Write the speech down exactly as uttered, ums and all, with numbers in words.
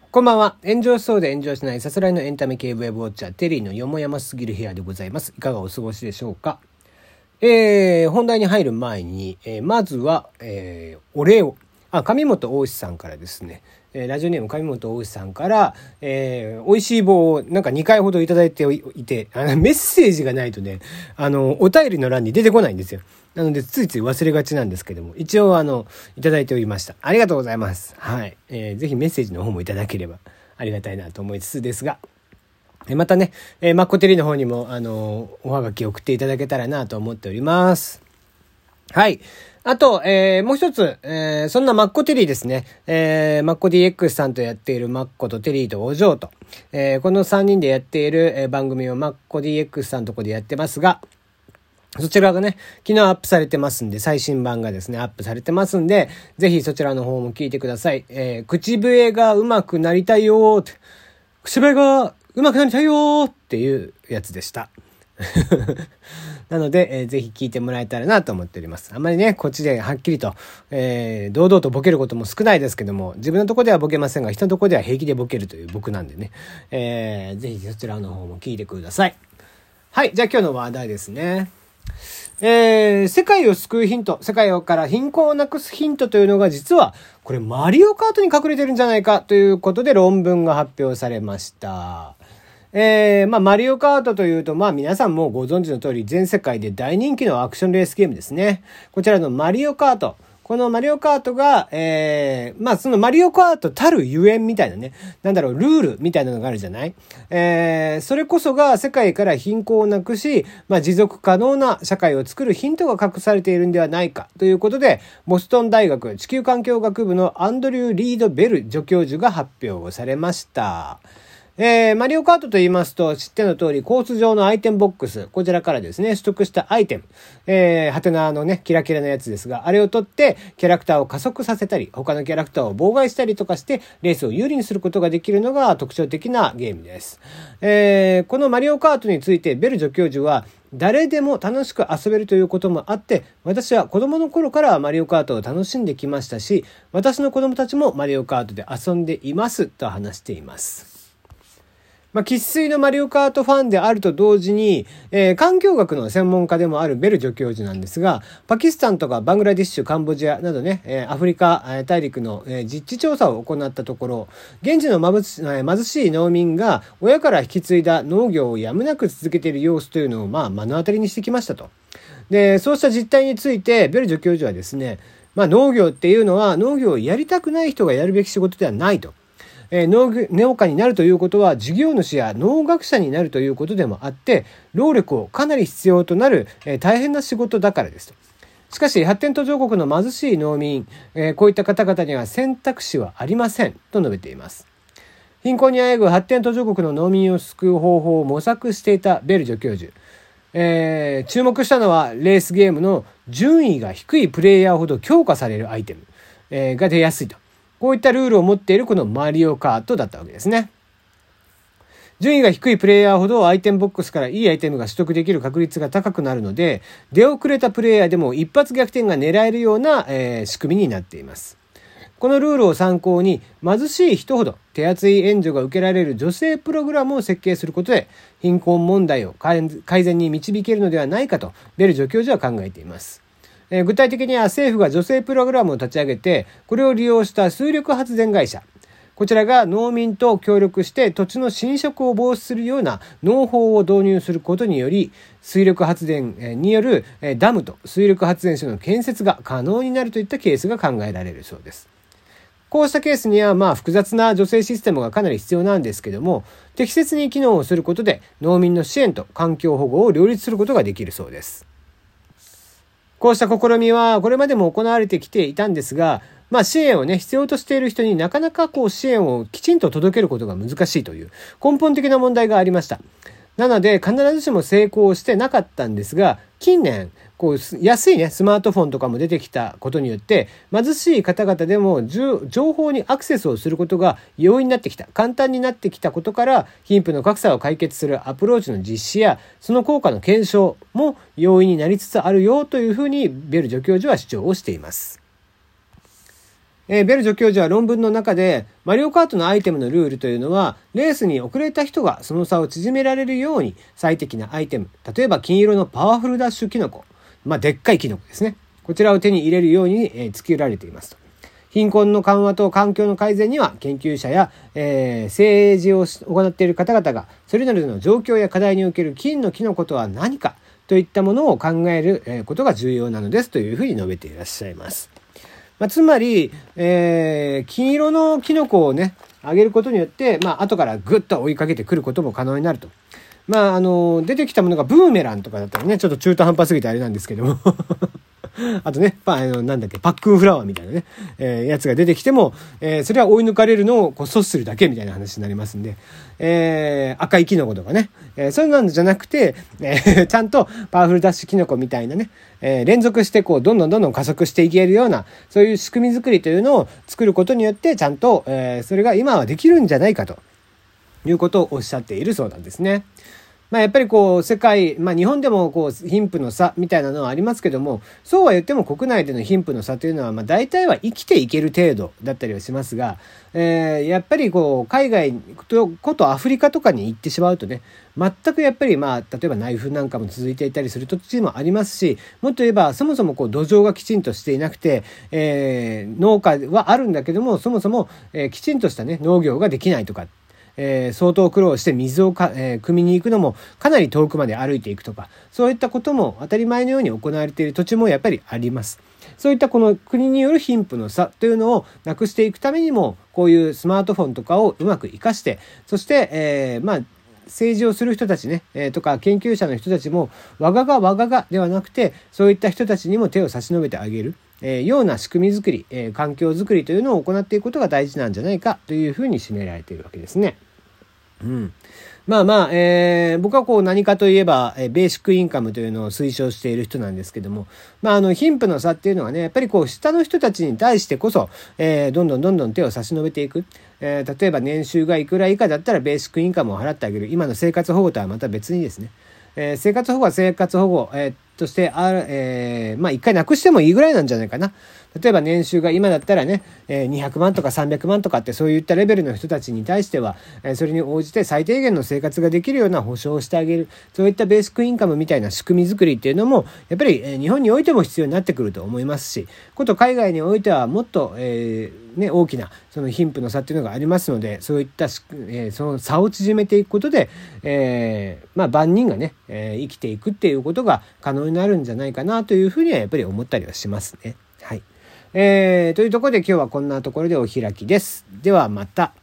こんばんは。炎上しそうで炎上しないさすらいのエンタメ系ウェブウォッチャーテリーのよもやますぎる部屋でございます。いかがお過ごしでしょうか。えー、本題に入る前に、えー、まずは、えー、お礼をあ上本大志さんからですね、えー、ラジオネーム上本大志さんから、えー、美味しい棒をなんかにかいほどいただいていて、あのメッセージがないとね、あのお便りの欄に出てこないんですよ。なのでついつい忘れがちなんですけども、一応あのいただいておりました。ありがとうございます。はい、えー、ぜひメッセージの方もいただければありがたいなと思いつつですが、またね、えー、マッコテリーの方にもあのおはがき送っていただけたらなと思っております。はい。あと、えー、もう一つ、えー、そんなマッコテリーですね。えー、マッコ ディーエックス さんとやっているマッコとテリーとお嬢と、えー、このさんにんでやっている、えー、番組をマッコ ディーエックス さんのとこでやってますが、そちらがね、昨日アップされてますんで、最新版がですね、アップされてますんで、ぜひそちらの方も聞いてください。えー、口笛が上手くなりたいよーって、口笛が上手くなりたいよーっていうやつでした。なので、えー、ぜひ聞いてもらえたらなと思っております。あんまりね、こっちではっきりと、えー、堂々とボケることも少ないですけども、自分のとこではボケませんが、人のとこでは平気でボケるという僕なんでね、えー、ぜひそちらの方も聞いてください。はい、じゃあ今日の話題ですね。えー、世界を救うヒント、世界から貧困をなくすヒントというのが実はこれマリオカートに隠れてるんじゃないかということで論文が発表されました。えー、まあマリオカートというとまあ皆さんもご存知の通り全世界で大人気のアクションレースゲームですね。こちらのマリオカート。このマリオカートが、えー、まあそのマリオカートたるゆえんみたいなね、なんだろう、ルールみたいなのがあるじゃない？えー、それこそが世界から貧困をなくし、まあ持続可能な社会を作るヒントが隠されているんではないかということで、ボストン大学地球環境学部のアンドリュー・リード・ベル助教授が発表されました。えー、マリオカートと言いますと、知っての通り、コース上のアイテムボックス、こちらからですね、取得したアイテム、えー、ハテナのね、キラキラのやつですが、あれを取って、キャラクターを加速させたり、他のキャラクターを妨害したりとかして、レースを有利にすることができるのが特徴的なゲームです。えー、このマリオカートについて、ベル助教授は、誰でも楽しく遊べるということもあって、私は子供の頃からマリオカートを楽しんできましたし、私の子供たちもマリオカートで遊んでいますと話しています。まあ、生粋のマリオカートファンであると同時に、えー、環境学の専門家でもあるベル助教授なんですが、パキスタンとかバングラディッシュ、カンボジアなどね、えー、アフリカ大陸の、えー、実地調査を行ったところ、現地の貧し、えー、貧しい農民が親から引き継いだ農業をやむなく続けている様子というのを、まあ、目の当たりにしてきましたと。で、そうした実態について、ベル助教授はですね、まあ、農業っていうのは農業をやりたくない人がやるべき仕事ではないと。えー、農, 農家になるということは事業主や農学者になるということでもあって労力をかなり必要となる、えー、大変な仕事だからですと。しかし発展途上国の貧しい農民、えー、こういった方々には選択肢はありませんと述べています。貧困にあえぐ発展途上国の農民を救う方法を模索していたベル助教授、えー、注目したのはレースゲームの順位が低いプレイヤーほど強化されるアイテム、えー、が出やすいと。こういったルールを持っているこのマリオカートだったわけですね。順位が低いプレイヤーほどアイテムボックスからいいアイテムが取得できる確率が高くなるので、出遅れたプレイヤーでも一発逆転が狙えるような、えー、仕組みになっています。このルールを参考に貧しい人ほど手厚い援助が受けられる女性プログラムを設計することで貧困問題を改善に導けるのではないかとベル助教授は考えています。えー、具体的には政府が女性プログラムを立ち上げて、これを利用した水力発電会社、こちらが農民と協力して土地の侵食を防止するような農法を導入することにより、水力発電によるダムと水力発電所の建設が可能になるといったケースが考えられるそうです。こうしたケースにはまあ複雑な助成システムがかなり必要なんですけども、適切に機能をすることで農民の支援と環境保護を両立することができるそうです。こうした試みはこれまでも行われてきていたんですが、まあ支援をね、必要としている人になかなかこう支援をきちんと届けることが難しいという根本的な問題がありました。なので必ずしも成功してなかったんですが、近年こう安いねスマートフォンとかも出てきたことによって貧しい方々でも情報にアクセスをすることが容易になってきた、簡単になってきたことから、貧富の格差を解決するアプローチの実施やその効果の検証も容易になりつつあるよというふうにベル助教授は主張をしています。 えー、ベル助教授は論文の中でマリオカートのアイテムのルールというのはレースに遅れた人がその差を縮められるように最適なアイテム、例えば金色のパワフルダッシュキノコ、まあ、でっかいキノコですね、こちらを手に入れるように、えー、作られていますと。貧困の緩和と環境の改善には研究者や、えー、政治を行っている方々がそれぞれの状況や課題における金のキノコとは何かといったものを考えることが重要なのですというふうに述べていらっしゃいます。まあ、つまり、えー、金色のキノコをねあげることによって、まあ後からぐっと追いかけてくることも可能になると。まああの出てきたものがブーメランとかだったらねちょっと中途半端すぎてあれなんですけどもあとね、パあのなんだっけパックンフラワーみたいなね、えー、やつが出てきても、えー、それは追い抜かれるのをこう阻止するだけみたいな話になりますんで、えー、赤いキノコとかね、えー、そういうのじゃなくて、えー、ちゃんとパワフルダッシュキノコみたいなね、えー、連続してこうどんどんどんどん加速していけるようなそういう仕組み作りというのを作ることによってちゃんと、えー、それが今はできるんじゃないかということをおっしゃっているそうなんですね。まあやっぱりこう世界、まあ日本でもこう貧富の差みたいなのはありますけども、そうは言っても国内での貧富の差というのはまあ大体は生きていける程度だったりはしますが、えー、やっぱりこう海外とことアフリカとかに行ってしまうとね、全くやっぱりまあ例えば内紛なんかも続いていたりする土地もありますし、もっと言えばそもそもこう土壌がきちんとしていなくて、えー、農家はあるんだけどもそもそも、えー、きちんとしたね農業ができないとか。えー、相当苦労して水をか、えー、汲みに行くのもかなり遠くまで歩いていくとか、そういったことも当たり前のように行われている土地もやっぱりあります。そういったこの国による貧富の差というのをなくしていくためにも、こういうスマートフォンとかをうまく活かして、そして、えー、まあ政治をする人たちね、えー、とか研究者の人たちもわががわががではなくて、そういった人たちにも手を差し伸べてあげる、えー、ような仕組み作り、えー、環境づくりというのを行っていくことが大事なんじゃないかというふうに締められているわけですね。うん、まあまあ、えー、僕はこう何かといえば、えー、ベーシックインカムというのを推奨している人なんですけども、まああの貧富の差っていうのはね、やっぱりこう下の人たちに対してこそ、えー、どんどんどんどん手を差し伸べていく。えー、例えば年収がいくら以下だったらベーシックインカムを払ってあげる。今の生活保護とはまた別にですね、えー、生活保護は生活保護、えー、としてある、えー、まあ一回なくしてもいいぐらいなんじゃないかな。例えば年収が今だったらね、えー、にひゃくまんとかさんびゃくまんとかってそういったレベルの人たちに対しては、えー、それに応じて最低限の生活ができるような保障をしてあげる、そういったベーシックインカムみたいな仕組み作りっていうのもやっぱり、えー、日本においても必要になってくると思いますし、こと海外においてはもっと、えーね、大きなその貧富の差っていうのがありますので、そういった、えー、その差を縮めていくことで、えー、まあ万人がね、えー、生きていくっていうことが可能になるんじゃないかなというふうにはやっぱり思ったりはしますね。はい。えー、というところで今日はこんなところでお開きです。ではまた。